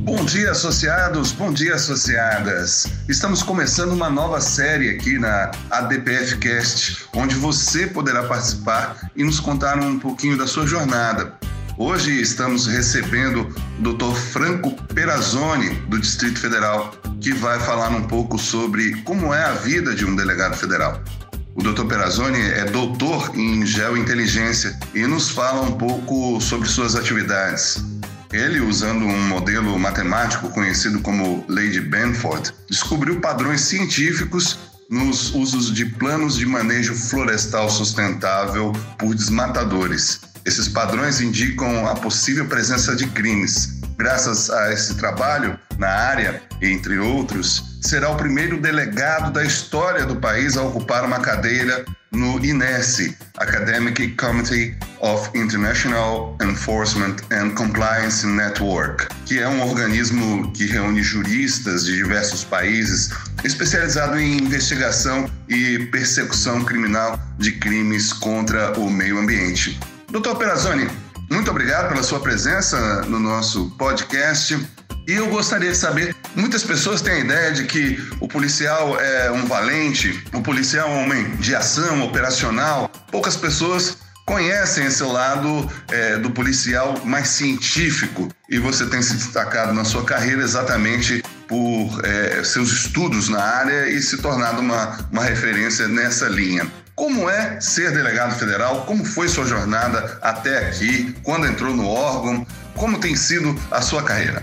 Bom dia, associados, bom dia, associadas. Estamos começando uma nova série aqui na ADPF Cast, onde você poderá participar e nos contar um pouquinho da sua jornada. Hoje estamos recebendo o Dr. Franco Perazzoni, do Distrito Federal, que vai falar um pouco sobre como é a vida de um delegado federal. O Dr. Perazzoni é doutor em geointeligência e nos fala um pouco sobre suas atividades. Ele, usando um modelo matemático conhecido como Lei de Benford, descobriu padrões científicos nos usos de planos de manejo florestal sustentável por desmatadores. Esses padrões indicam a possível presença de crimes. Graças a esse trabalho na área, entre outros, será o primeiro delegado da história do país a ocupar uma cadeira no INESSE, Academic Committee of International Enforcement and Compliance Network, que é um organismo que reúne juristas de diversos países especializado em investigação e persecução criminal de crimes contra o meio ambiente. Dr. Perazzoni, muito obrigado pela sua presença no nosso podcast. E eu gostaria de saber, muitas pessoas têm a ideia de que o policial é um valente, o policial é um homem de ação, operacional. Poucas pessoas conhecem esse lado do policial mais científico. E você tem se destacado na sua carreira exatamente por seus estudos na área e se tornado uma referência nessa linha. Como é ser delegado federal? Como foi sua jornada até aqui? Quando entrou no órgão? Como tem sido a sua carreira?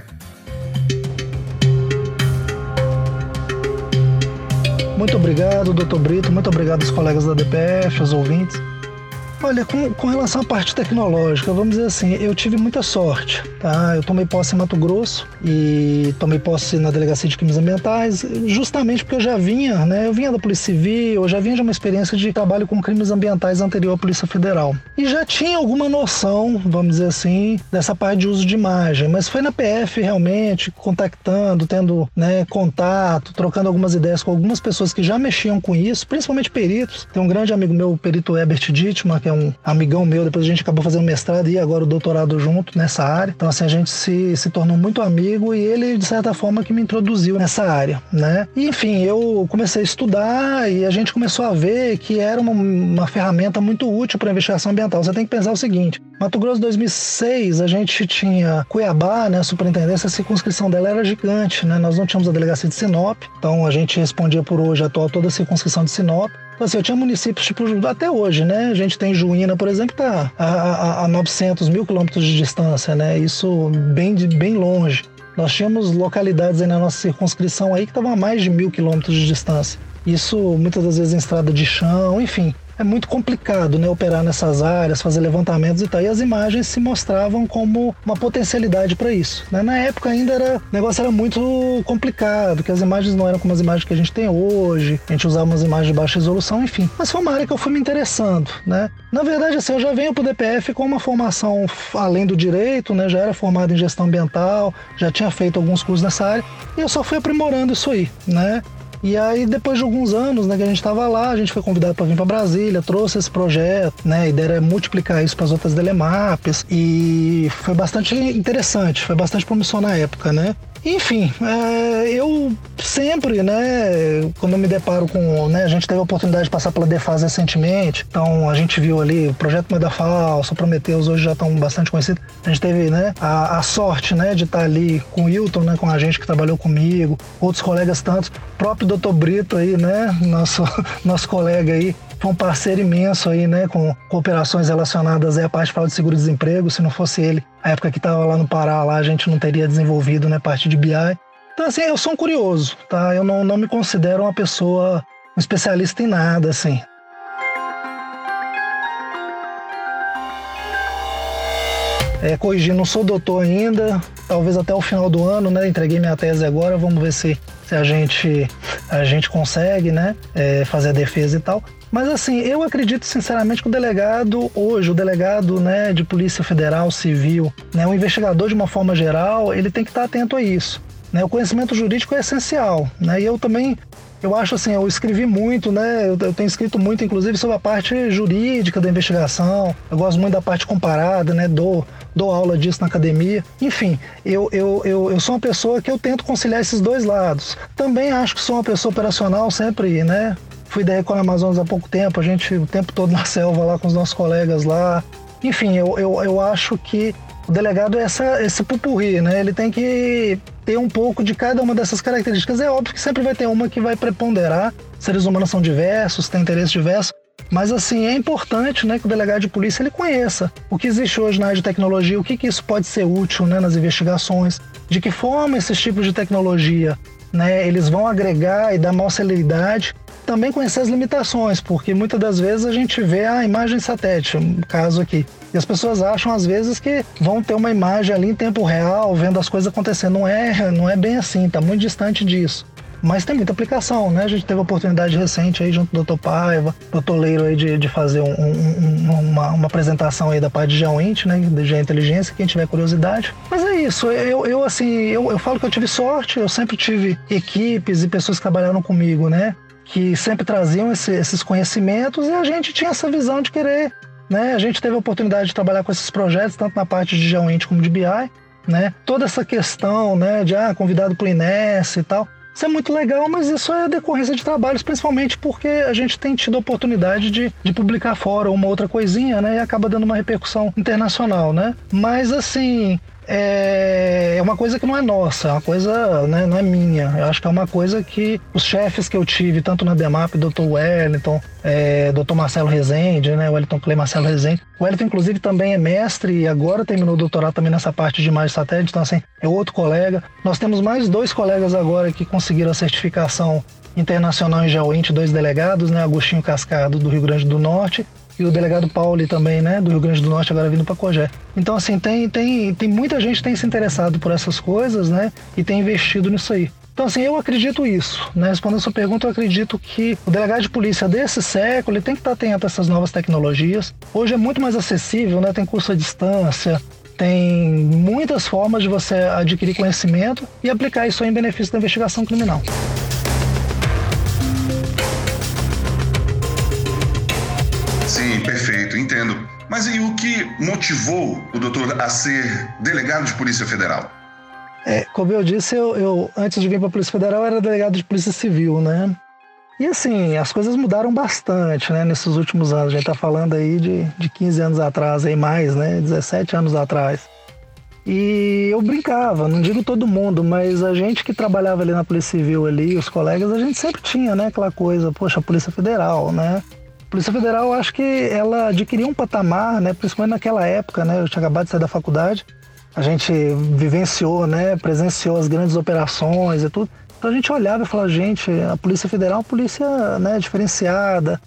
Muito obrigado, Dr. Brito, muito obrigado aos colegas da DPF, aos ouvintes. Olha, com relação à parte tecnológica, vamos dizer assim, eu tive muita sorte, tá? Eu tomei posse em Mato Grosso e tomei posse na Delegacia de Crimes Ambientais, justamente porque eu já vinha, né? Eu vinha da Polícia Civil, eu já vinha de uma experiência de trabalho com crimes ambientais anterior à Polícia Federal. E já tinha alguma noção, vamos dizer assim, dessa parte de uso de imagem, mas foi na PF realmente, contactando, tendo, né, contato, trocando algumas ideias com algumas pessoas que já mexiam com isso, principalmente peritos. Tem um grande amigo meu, o perito Herbert Dittmar, que é um amigão meu, depois a gente acabou fazendo mestrado e agora o doutorado junto nessa área. Então assim, a gente se tornou muito amigo e ele, de certa forma, que me introduziu nessa área, né? E, enfim, eu comecei a estudar e a gente começou a ver que era uma ferramenta muito útil para a investigação ambiental. Você tem que pensar o seguinte: Mato Grosso 2006, a gente tinha Cuiabá, né? A superintendência, a circunscrição dela era gigante, né? Nós não tínhamos a delegacia de Sinop, então a gente respondia por hoje atual toda a circunscrição de Sinop. Então, assim, eu tinha municípios, tipo, até hoje, né? A gente tem Juína, por exemplo, que está a 900 mil quilômetros de distância, né? Isso bem longe. Nós tínhamos localidades aí na nossa circunscrição aí que estavam a mais de 1.000 quilômetros de distância. Isso, muitas das vezes, em estrada de chão, enfim. É muito complicado, né, operar nessas áreas, fazer levantamentos e tal. E as imagens se mostravam como uma potencialidade para isso, né? Na época ainda o negócio era muito complicado, que as imagens não eram como as imagens que a gente tem hoje. A gente usava umas imagens de baixa resolução, enfim. Mas foi uma área que eu fui me interessando, né? Na verdade, assim, eu já venho para o DPF com uma formação além do direito, né? Já era formado em gestão ambiental, já tinha feito alguns cursos nessa área. E eu só fui aprimorando isso aí, né? E aí, depois de alguns anos, né, que a gente estava lá, a gente foi convidado para vir para Brasília, trouxe esse projeto, né? A ideia era multiplicar isso para as outras Delemaps e foi bastante interessante, foi bastante promissor na época, né? Enfim, eu sempre, né, quando eu me deparo com, né, a gente teve a oportunidade de passar pela Defasa recentemente, então a gente viu ali o projeto Moeda Falsa, o Prometheus, hoje já estão bastante conhecidos. A gente teve, né, a sorte, né, de estar ali com o Hilton, né, com a gente que trabalhou comigo, outros colegas tantos, o próprio Dr. Brito aí, né, nosso colega aí, foi um parceiro imenso aí, né, com operações relacionadas aí à parte de fraude de seguro-desemprego. Se não fosse ele, a época que estava lá no Pará, lá a gente não teria desenvolvido, né, parte de BI. Então, assim, eu sou um curioso, tá? Eu não me considero uma pessoa, um especialista em nada, assim. Corrigir, não sou doutor ainda, talvez até o final do ano, né? Entreguei minha tese agora, vamos ver se a gente consegue, né? Fazer a defesa e tal. Mas assim, eu acredito sinceramente que o delegado hoje, né, de Polícia Federal, Civil, né, o investigador de uma forma geral, ele tem que estar atento a isso, né? O conhecimento jurídico é essencial, né? E eu também Eu acho assim, eu escrevi muito, né? Eu tenho escrito muito, inclusive, sobre a parte jurídica da investigação. Eu gosto muito da parte comparada, né? Dou aula disso na academia. Enfim, eu sou uma pessoa que eu tento conciliar esses dois lados. Também acho que sou uma pessoa operacional sempre, né? Fui da Recon Amazonas há pouco tempo, a gente o tempo todo na selva lá com os nossos colegas lá. Enfim, eu acho que o delegado é esse pupurri, né? Ele tem que ter um pouco de cada uma dessas características. É óbvio que sempre vai ter uma que vai preponderar. Seres humanos são diversos, têm interesses diversos. Mas, assim, é importante, né, que o delegado de polícia ele conheça o que existe hoje na área de tecnologia, o que isso pode ser útil, né, nas investigações, de que forma esses tipos de tecnologia, né, eles vão agregar e dar maior celeridade. Também conhecer as limitações, porque muitas das vezes a gente vê a imagem satélite, no caso aqui. E as pessoas acham, às vezes, que vão ter uma imagem ali em tempo real, vendo as coisas acontecendo. Não é bem assim, está muito distante disso. Mas tem muita aplicação, né? A gente teve a oportunidade recente aí, junto do Dr. Paiva, Dr. Leiro, aí, de fazer uma apresentação aí da parte de GeoInt, né? De Geointeligência, quem tiver curiosidade. Mas é isso, eu falo que eu tive sorte, eu sempre tive equipes e pessoas que trabalharam comigo, né? Que sempre traziam esses conhecimentos e a gente tinha essa visão de querer, né? A gente teve a oportunidade de trabalhar com esses projetos, tanto na parte de GeoInt como de BI, né? Toda essa questão, né, de convidado para o INES e tal, isso é muito legal, mas isso é decorrência de trabalhos, principalmente porque a gente tem tido a oportunidade de publicar fora uma outra coisinha, né, e acaba dando uma repercussão internacional, né? Mas, assim, é uma coisa que não é nossa, é uma coisa, né, não é minha. Eu acho que é uma coisa que os chefes que eu tive, tanto na DEMAP, Dr. Wellington, Dr. Marcelo Rezende, né, Wellington Clay Marcelo Rezende. O Wellington, inclusive, também é mestre e agora terminou o doutorado também nessa parte de imagem satélite, então, assim, é outro colega. Nós temos mais 2 colegas agora que conseguiram a certificação internacional em GeoInt, 2 delegados, né, Agostinho Cascado, do Rio Grande do Norte, e o delegado Pauli também, né, do Rio Grande do Norte, agora vindo para Cogé. Então, assim, tem muita gente que tem se interessado por essas coisas, né, e tem investido nisso aí. Então, assim, eu acredito isso, né, respondendo a sua pergunta, eu acredito que o delegado de polícia desse século, ele tem que estar atento a essas novas tecnologias. Hoje é muito mais acessível, né, tem curso à distância, tem muitas formas de você adquirir conhecimento e aplicar isso em benefício da investigação criminal. Sim, perfeito, entendo. Mas e o que motivou o doutor a ser delegado de Polícia Federal? Como eu disse, eu antes de vir para a Polícia Federal, eu era delegado de Polícia Civil, né? E assim, as coisas mudaram bastante, né, nesses últimos anos. A gente está falando aí de 15 anos atrás, aí mais, né, 17 anos atrás. E eu brincava, não digo todo mundo, mas a gente que trabalhava ali na Polícia Civil, ali, os colegas, a gente sempre tinha, né, aquela coisa, poxa, Polícia Federal, né? Polícia Federal, eu acho que ela adquiriu um patamar, né, principalmente naquela época, né, eu tinha acabado de sair da faculdade, a gente vivenciou, né, presenciou as grandes operações e tudo, então a gente olhava e falava, gente, a Polícia Federal é uma polícia, né, diferenciada,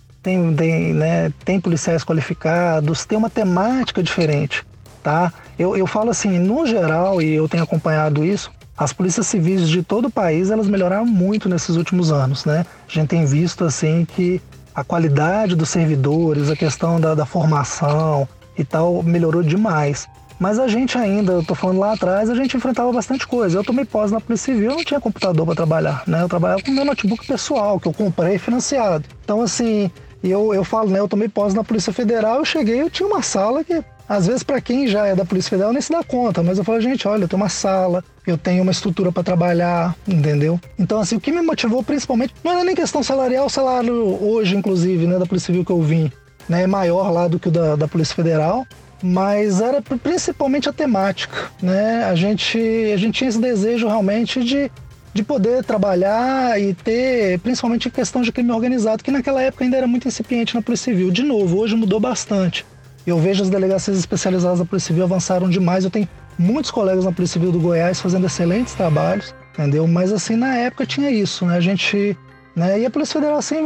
tem policiais qualificados, tem uma temática diferente, tá? Eu falo assim, no geral, e eu tenho acompanhado isso, as polícias civis de todo o país, elas melhoraram muito nesses últimos anos, né? A gente tem visto, assim, que a qualidade dos servidores, a questão da formação e tal, melhorou demais. Mas a gente ainda, eu tô falando lá atrás, a gente enfrentava bastante coisa. Eu tomei pós na Polícia Civil, eu não tinha computador para trabalhar, né? Eu trabalhava com o meu notebook pessoal, que eu comprei financiado. Então, assim, eu falo, né? Eu tomei pós na Polícia Federal, eu cheguei, eu tinha uma sala que, às vezes, para quem já é da Polícia Federal, nem se dá conta. Mas eu falo, gente, olha, eu tenho uma sala, eu tenho uma estrutura para trabalhar, entendeu? Então, assim, o que me motivou principalmente, não era nem questão salarial, o salário hoje, inclusive, né, da Polícia Civil que eu vim, né, é maior lá do que o da Polícia Federal, mas era principalmente a temática, né? A gente tinha esse desejo realmente de poder trabalhar e ter, principalmente questão de crime organizado, que naquela época ainda era muito incipiente na Polícia Civil. De novo, hoje mudou bastante. Eu vejo as delegacias especializadas da Polícia Civil avançaram demais. Eu tenho muitos colegas na Polícia Civil do Goiás fazendo excelentes trabalhos, entendeu? Mas assim, na época tinha isso, né? A gente, né? E a Polícia Federal assim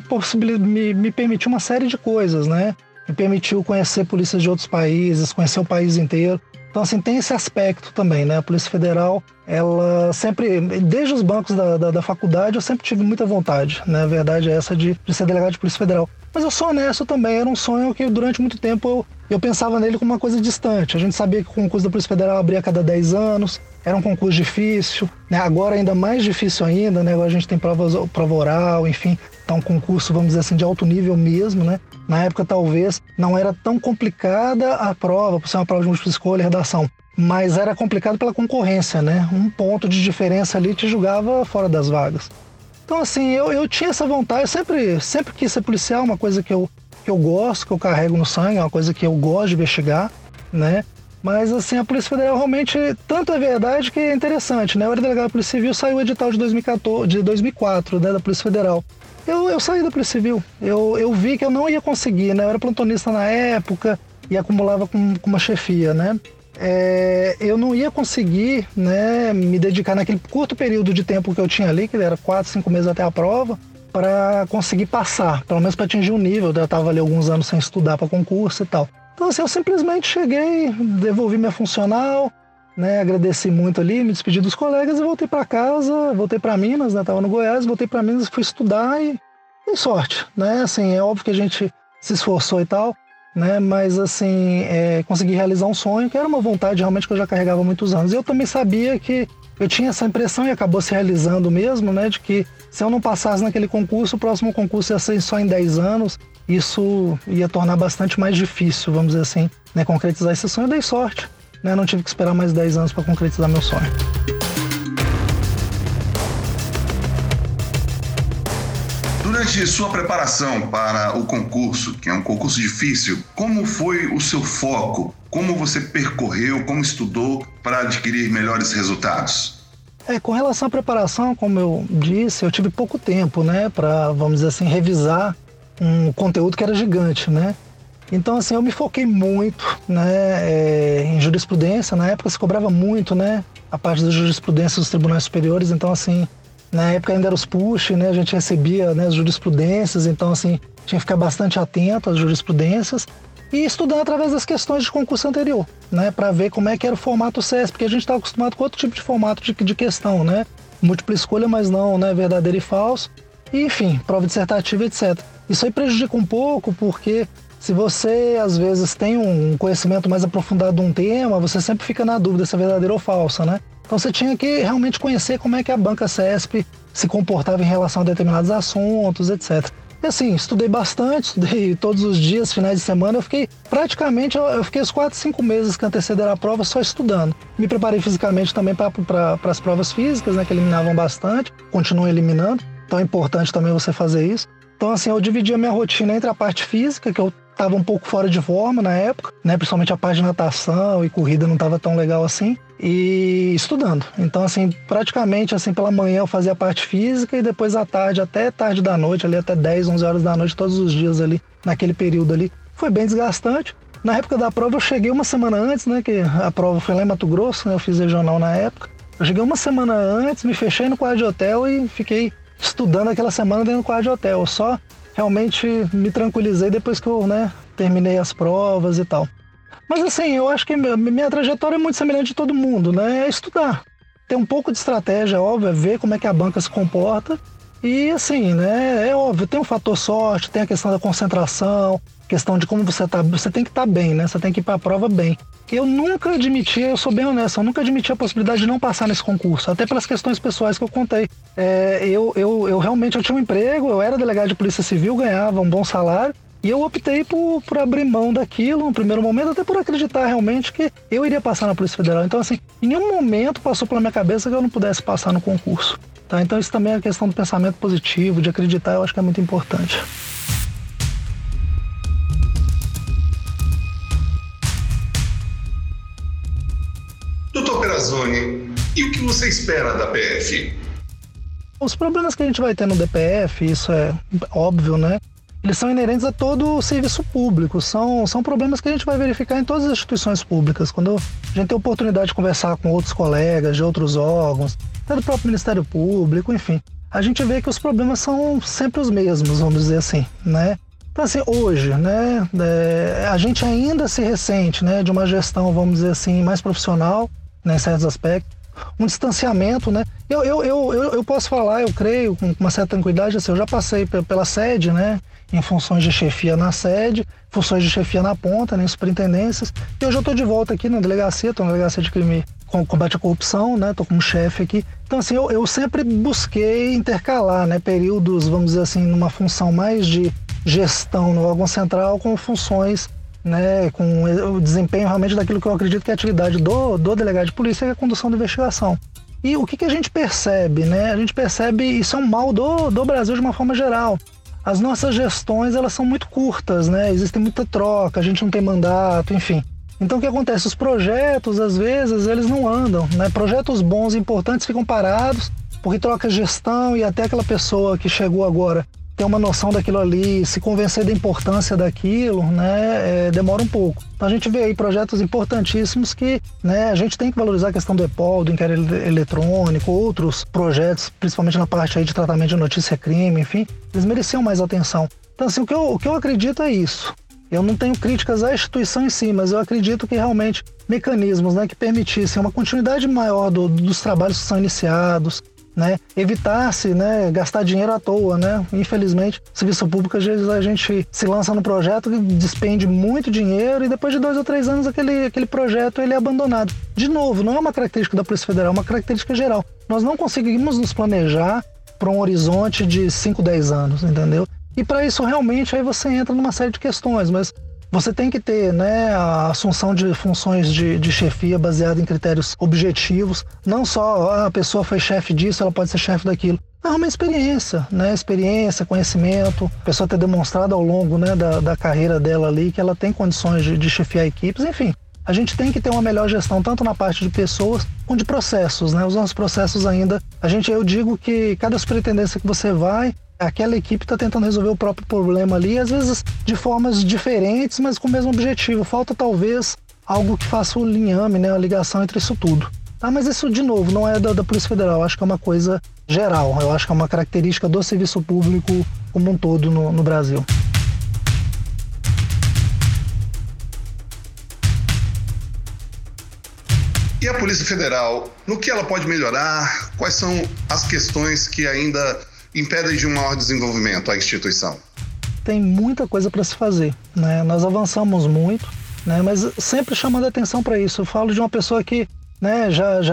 me permitiu uma série de coisas, né? Me permitiu conhecer polícias de outros países, conhecer o país inteiro. Então, assim, tem esse aspecto também, né? A Polícia Federal, ela sempre, desde os bancos da faculdade, eu sempre tive muita vontade, né? A verdade é essa de ser delegado de Polícia Federal. Mas eu sou honesto também, era um sonho que durante muito tempo eu pensava nele como uma coisa distante. A gente sabia que o concurso da Polícia Federal abria a cada 10 anos, era um concurso difícil, né? Agora ainda mais difícil ainda, né? Agora a gente tem prova oral, enfim, tá um concurso, vamos dizer assim, de alto nível mesmo, né? Na época talvez não era tão complicada a prova, por ser uma prova de múltipla escolha, redação, mas era complicado pela concorrência, né? Um ponto de diferença ali te julgava fora das vagas. Então assim, eu tinha essa vontade, eu sempre quis ser policial, uma coisa que eu gosto, que eu carrego no sangue, é uma coisa que eu gosto de investigar, né? Mas assim, a Polícia Federal realmente, tanto é verdade que é interessante, né? Eu era delegado da Polícia Civil, saiu o edital de 2004, né, da Polícia Federal. Eu saí da Polícia Civil, eu vi que eu não ia conseguir, né? Eu era plantonista na época e acumulava com uma chefia, né? Eu não ia conseguir, né, me dedicar naquele curto período de tempo que eu tinha ali, que era 4, 5 meses até a prova, para conseguir passar, pelo menos para atingir um nível. Eu estava ali alguns anos sem estudar para concurso e tal. Então assim, eu simplesmente cheguei, devolvi minha funcional, né, agradeci muito ali, me despedi dos colegas e voltei para casa, voltei para Minas, né, estava no Goiás, voltei para Minas, fui estudar e dei sorte, né? Assim, é óbvio que a gente se esforçou e tal, né? Mas assim, consegui realizar um sonho que era uma vontade realmente que eu já carregava há muitos anos. E eu também sabia que eu tinha essa impressão, e acabou se realizando mesmo, né? De que se eu não passasse naquele concurso, o próximo concurso ia ser só em 10 anos. Isso ia tornar bastante mais difícil, vamos dizer assim, né? Concretizar esse sonho. Eu dei sorte, né? Não tive que esperar mais 10 anos para concretizar meu sonho. Durante sua preparação para o concurso, que é um concurso difícil, como foi o seu foco? Como você percorreu, como estudou para adquirir melhores resultados? Com relação à preparação, como eu disse, eu tive pouco tempo, né, para, vamos dizer assim, revisar um conteúdo que era gigante, né? Então, assim, eu me foquei muito, né, em jurisprudência. Na época se cobrava muito, né, a parte da jurisprudência dos tribunais superiores. Então, assim, na época ainda era os push, né, a gente recebia, né, as jurisprudências. Então, assim, tinha que ficar bastante atento às jurisprudências e estudar através das questões de concurso anterior, né, para ver como é que era o formato CESP, porque a gente estava acostumado com outro tipo de formato de questão, né, múltipla escolha, mas não, né, verdadeiro e falso, e, enfim, prova dissertativa, etc. Isso aí prejudica um pouco, porque se você, às vezes, tem um conhecimento mais aprofundado de um tema, você sempre fica na dúvida se é verdadeiro ou falso, né? Então você tinha que realmente conhecer como é que a banca CESP se comportava em relação a determinados assuntos, etc. E assim, estudei bastante, estudei todos os dias, finais de semana. Eu fiquei os 4, 5 meses que antecederam a prova só estudando. Me preparei fisicamente também para as provas físicas, né, que eliminavam bastante, continuam eliminando. Então é importante também você fazer isso. Então assim, eu dividi a minha rotina entre a parte física, que eu estava um pouco fora de forma na época, né, principalmente a parte de natação e corrida não estava tão legal assim, e estudando. Então assim, praticamente assim, pela manhã eu fazia a parte física e depois à tarde, até tarde da noite, ali até 10, 11 horas da noite, todos os dias ali, naquele período ali. Foi bem desgastante. Na época da prova eu cheguei uma semana antes, né, que a prova foi lá em Mato Grosso, né, eu fiz regional na época. Eu cheguei uma semana antes, me fechei no quarto de hotel e fiquei estudando aquela semana dentro do quarto de hotel. Eu só realmente me tranquilizei depois que eu, né, terminei as provas e tal. Mas assim, eu acho que minha trajetória é muito semelhante de todo mundo, né? É estudar. Ter um pouco de estratégia, óbvio, é ver como é que a banca se comporta. E assim, né? É óbvio, tem um fator sorte, tem a questão da concentração, questão de como você tá. Você tem que estar bem, né? Você tem que ir para a prova bem. Eu nunca admiti, eu sou bem honesto, eu nunca admiti a possibilidade de não passar nesse concurso, até pelas questões pessoais que eu contei. Eu realmente eu tinha um emprego, eu era delegado de polícia civil, ganhava um bom salário, e eu optei por abrir mão daquilo no primeiro momento, até por acreditar realmente que eu iria passar na Polícia Federal. Então, assim, em nenhum momento passou pela minha cabeça que eu não pudesse passar no concurso. Tá? Então, isso também é a questão do pensamento positivo, de acreditar, eu acho que é muito importante. Doutor Perazzoni, e o que você espera da PF? Os problemas que a gente vai ter no DPF, isso é óbvio, né? Eles são inerentes a todo o serviço público, são problemas que a gente vai verificar em todas as instituições públicas. Quando a gente tem a oportunidade de conversar com outros colegas de outros órgãos, até do próprio Ministério Público, enfim, a gente vê que os problemas são sempre os mesmos, vamos dizer assim, né? Então assim, hoje, né, a gente ainda se ressente, né, de uma gestão, vamos dizer assim, mais profissional, né, em certos aspectos. um distanciamento, né? Eu posso falar, eu creio, com uma certa tranquilidade, assim, eu já passei pela sede, né? Em funções de chefia na sede, funções de chefia na ponta, né? Em superintendências. E hoje eu estou de volta aqui na delegacia, estou na delegacia de crime com combate à corrupção, né? Estou como chefe aqui. Então, assim, eu sempre busquei intercalar, né? Períodos, vamos dizer assim, numa função mais de gestão no órgão central com funções, né, com o desempenho realmente daquilo que eu acredito que é a atividade do delegado de polícia, que é a condução da investigação. E o que a gente percebe, né? A gente percebe, isso é um mal do Brasil de uma forma geral. As nossas gestões, elas são muito curtas, né? Existe muita troca, a gente não tem mandato, enfim. Então o que acontece? Os projetos, às vezes, eles não andam, né? Projetos bons e importantes ficam parados, porque troca gestão e até aquela pessoa que chegou agora ter uma noção daquilo ali, se convencer da importância daquilo, né, demora um pouco. Então a gente vê aí projetos importantíssimos que, né, a gente tem que valorizar a questão do EPOL, do inquérito eletrônico, outros projetos, principalmente na parte aí de tratamento de notícia-crime, enfim, eles mereciam mais atenção. Então assim, o que eu acredito é isso. Eu não tenho críticas à instituição em si, mas eu acredito que realmente mecanismos, né, que permitissem uma continuidade maior dos trabalhos que são iniciados, né, evitasse, né, gastar dinheiro à toa, né? Infelizmente, serviço público, às vezes a gente se lança num projeto que despende muito dinheiro e depois de 2 ou 3 anos aquele projeto ele é abandonado. De novo, não é uma característica da Polícia Federal, é uma característica geral. Nós não conseguimos nos planejar para um horizonte de 5, 10 anos, entendeu? E para isso realmente aí você entra numa série de questões, mas você tem que ter, né, a assunção de funções de chefia baseada em critérios objetivos. Não só a pessoa foi chefe disso, ela pode ser chefe daquilo. É uma experiência, né? Experiência, conhecimento. A pessoa ter demonstrado ao longo, né, da carreira dela ali que ela tem condições de chefiar equipes. Enfim, a gente tem que ter uma melhor gestão, tanto na parte de pessoas quanto de processos, né? Os nossos processos ainda, eu digo que cada superintendência que você vai, aquela equipe está tentando resolver o próprio problema ali, às vezes de formas diferentes, mas com o mesmo objetivo. Falta talvez algo que faça o linhame, né, a ligação entre isso tudo. Tá? Mas isso, de novo, não é da Polícia Federal, eu acho que é uma coisa geral, eu acho que é uma característica do serviço público como um todo no Brasil. E a Polícia Federal, no que ela pode melhorar? Quais são as questões que ainda impedem de um maior desenvolvimento a instituição? Tem muita coisa para se fazer, né? Nós avançamos muito, né? Mas sempre chamando atenção para isso. Eu falo de uma pessoa que, né,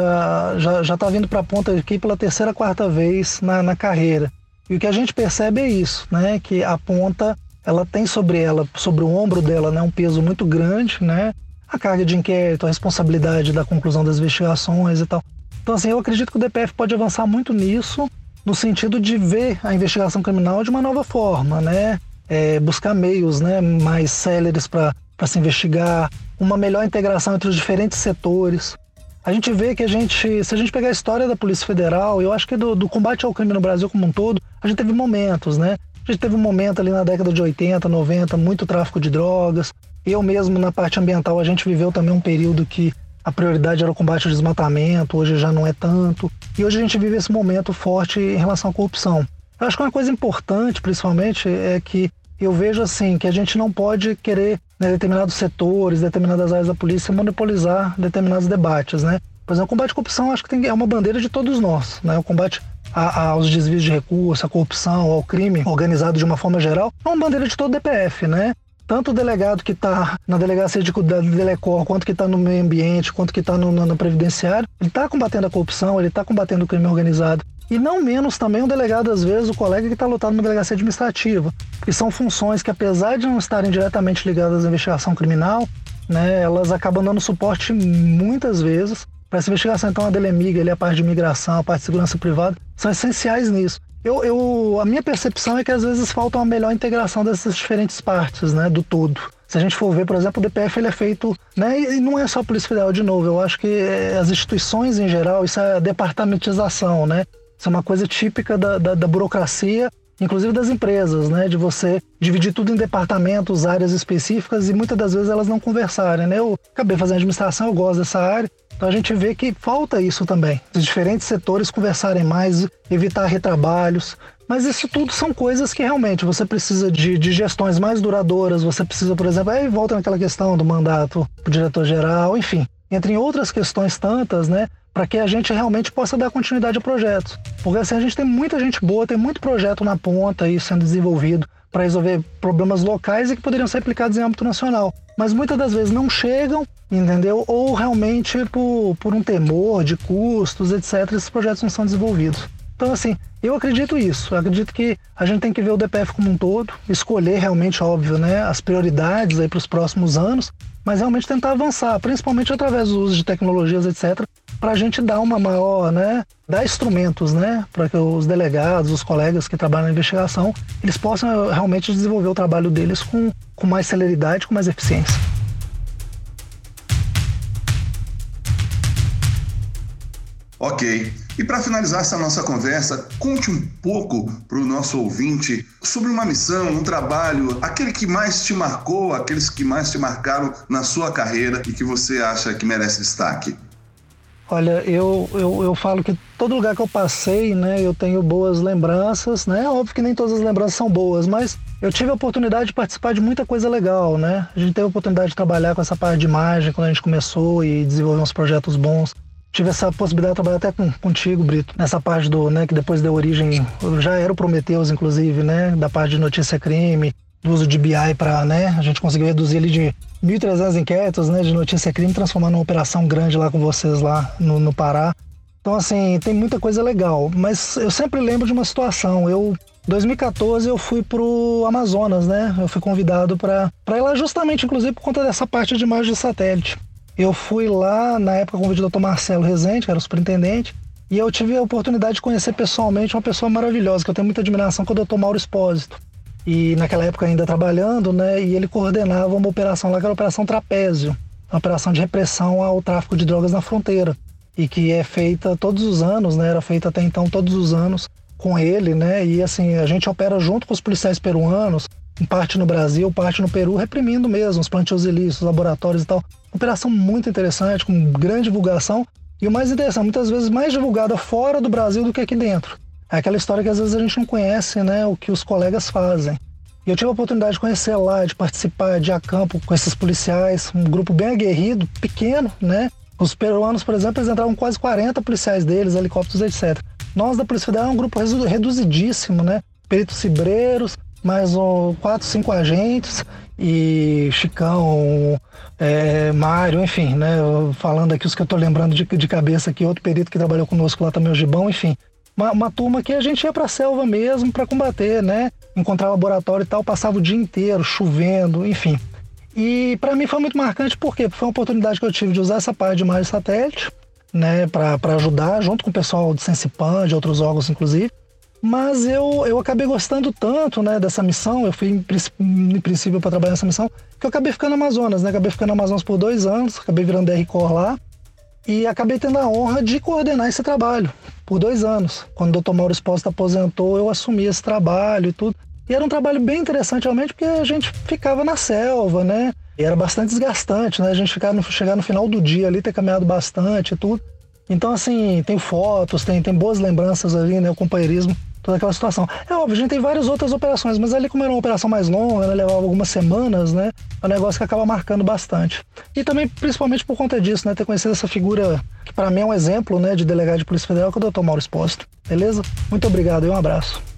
já está vindo para a ponta aqui pela 3ª, 4ª vez na carreira. E o que a gente percebe é isso, né? Que a ponta, ela tem sobre o ombro dela, né, um peso muito grande, né? A carga de inquérito, a responsabilidade da conclusão das investigações e tal. Então, assim, eu acredito que o DPF pode avançar muito nisso, no sentido de ver a investigação criminal de uma nova forma, né? Buscar meios, né, mais céleres para se investigar, uma melhor integração entre os diferentes setores. A gente vê que se a gente pegar a história da Polícia Federal, eu acho que do combate ao crime no Brasil como um todo, a gente teve momentos, né? A gente teve um momento ali na década de 80, 90, muito tráfico de drogas. Eu mesmo, na parte ambiental, a gente viveu também um período que a prioridade era o combate ao desmatamento, hoje já não é tanto. E hoje a gente vive esse momento forte em relação à corrupção. Eu acho que uma coisa importante, principalmente, é que eu vejo assim, que a gente não pode querer, né, determinados setores, determinadas áreas da polícia monopolizar determinados debates, né? Por exemplo, o combate à corrupção acho que é uma bandeira de todos nós, né? O combate aos desvios de recursos, à corrupção, ao crime organizado de uma forma geral, é uma bandeira de todo o DPF, né? Tanto o delegado que está na delegacia da Delecor, quanto que está no meio ambiente, quanto que está no previdenciário, ele está combatendo a corrupção, ele está combatendo o crime organizado. E não menos também o delegado, às vezes, o colega que está lotado numa delegacia administrativa, que são funções que, apesar de não estarem diretamente ligadas à investigação criminal, né, elas acabam dando suporte muitas vezes para essa investigação. Então a Delemig, a parte de imigração, a parte de segurança privada, são essenciais nisso. A minha percepção é que às vezes falta uma melhor integração dessas diferentes partes, né, do todo. Se a gente for ver, por exemplo, o DPF ele é feito, né, e não é só a Polícia Federal, de novo, eu acho que as instituições em geral, isso é a departamentização, né? Isso é uma coisa típica da burocracia, inclusive das empresas, né? De você dividir tudo em departamentos, áreas específicas e muitas das vezes elas não conversarem, né? Eu acabei fazendo administração, eu gosto dessa área, então a gente vê que falta isso também. Os diferentes setores conversarem mais, evitar retrabalhos. Mas isso tudo são coisas que realmente você precisa de gestões mais duradouras, você precisa, por exemplo, aí volta naquela questão do mandato para o diretor-geral, enfim, entre outras questões tantas, né? para que a gente realmente possa dar continuidade a projetos. Porque assim, a gente tem muita gente boa, tem muito projeto na ponta aí sendo desenvolvido para resolver problemas locais e que poderiam ser aplicados em âmbito nacional. Mas muitas das vezes não chegam, entendeu? Ou realmente por um temor de custos, etc., esses projetos não são desenvolvidos. Então, assim, eu acredito isso. Eu acredito que a gente tem que ver o DPF como um todo, escolher realmente, óbvio, né, as prioridades aí para os próximos anos, mas realmente tentar avançar, principalmente através do uso de tecnologias, etc., para a gente dar uma maior, né, dar instrumentos, né, para que os delegados, os colegas que trabalham na investigação, eles possam realmente desenvolver o trabalho deles com mais celeridade, com mais eficiência. Ok. E para finalizar essa nossa conversa, conte um pouco para o nosso ouvinte sobre uma missão, um trabalho, aquele que mais te marcou, aqueles que mais te marcaram na sua carreira e que você acha que merece destaque. Olha, eu falo que todo lugar que eu passei, né, eu tenho boas lembranças, né? Óbvio que nem todas as lembranças são boas, mas eu tive a oportunidade de participar de muita coisa legal, né? A gente teve a oportunidade de trabalhar com essa parte de imagem quando a gente começou e desenvolver uns projetos bons. Tive essa possibilidade de trabalhar até contigo, Brito, nessa parte né, que depois deu origem, já era o Prometheus, inclusive, né, da parte de notícia-crime, do uso de BI para, né, a gente conseguiu reduzir ali de 1.300 inquéritos, né, de notícia-crime, transformar numa operação grande lá com vocês lá no Pará. Então, assim, tem muita coisa legal, mas eu sempre lembro de uma situação. Em 2014 eu fui pro Amazonas, né, eu fui convidado para ir lá justamente, inclusive, por conta dessa parte de imagem de satélite. Eu fui lá, na época, com o Dr. Marcelo Rezende, que era o superintendente, e eu tive a oportunidade de conhecer pessoalmente uma pessoa maravilhosa, que eu tenho muita admiração, que é o Dr. Mauro Espósito. E naquela época ainda trabalhando, né, e ele coordenava uma operação lá, que era a Operação Trapézio, uma operação de repressão ao tráfico de drogas na fronteira, e que é feita todos os anos, né, era feita até então todos os anos com ele, né, e assim, a gente opera junto com os policiais peruanos, em parte no Brasil, parte no Peru, reprimindo mesmo os plantios ilícitos, laboratórios e tal. Operação muito interessante, com grande divulgação. E o mais interessante, muitas vezes mais divulgada fora do Brasil do que aqui dentro. É aquela história que às vezes a gente não conhece, né, o que os colegas fazem. E eu tive a oportunidade de conhecer lá, de participar de a campo com esses policiais, um grupo bem aguerrido, pequeno, né? Os peruanos, por exemplo, eles entravam quase 40 policiais deles, helicópteros, etc. Nós da Polícia Federal é um grupo reduzidíssimo, né? Peritos cibreiros, mais 4, 5 agentes e Chicão, Mário, enfim, né? Falando aqui os que eu tô lembrando de cabeça aqui, outro perito que trabalhou conosco lá também, o Gibão, enfim. Uma turma que a gente ia pra selva mesmo para combater, né? Encontrar laboratório e tal, passava o dia inteiro, chovendo, enfim. E para mim foi muito marcante, por quê? Porque foi uma oportunidade que eu tive de usar essa parte de imagem satélite, né? Para ajudar, junto com o pessoal do Sensipan, de outros órgãos, inclusive. Mas eu acabei gostando tanto, né, dessa missão, eu fui em princípio para trabalhar nessa missão, que eu acabei ficando no Amazonas, né? Acabei ficando no Amazonas por 2 anos, acabei virando DR-Cor lá e acabei tendo a honra de coordenar esse trabalho por 2 anos. Quando o Dr. Mauro Espósito aposentou, eu assumi esse trabalho e tudo. E era um trabalho bem interessante realmente, porque a gente ficava na selva, né? E era bastante desgastante, né? A gente chegar no final do dia ali, ter caminhado bastante e tudo. Então, assim, tem fotos, tem boas lembranças ali, né? O companheirismo, toda aquela situação. É óbvio, a gente tem várias outras operações, mas ali como era uma operação mais longa, né, levava algumas semanas, né? É um negócio que acaba marcando bastante. E também, principalmente por conta disso, né? Ter conhecido essa figura que para mim é um exemplo, né? De delegado de Polícia Federal, que é o Dr. Mauro Espósito. Beleza? Muito obrigado e um abraço.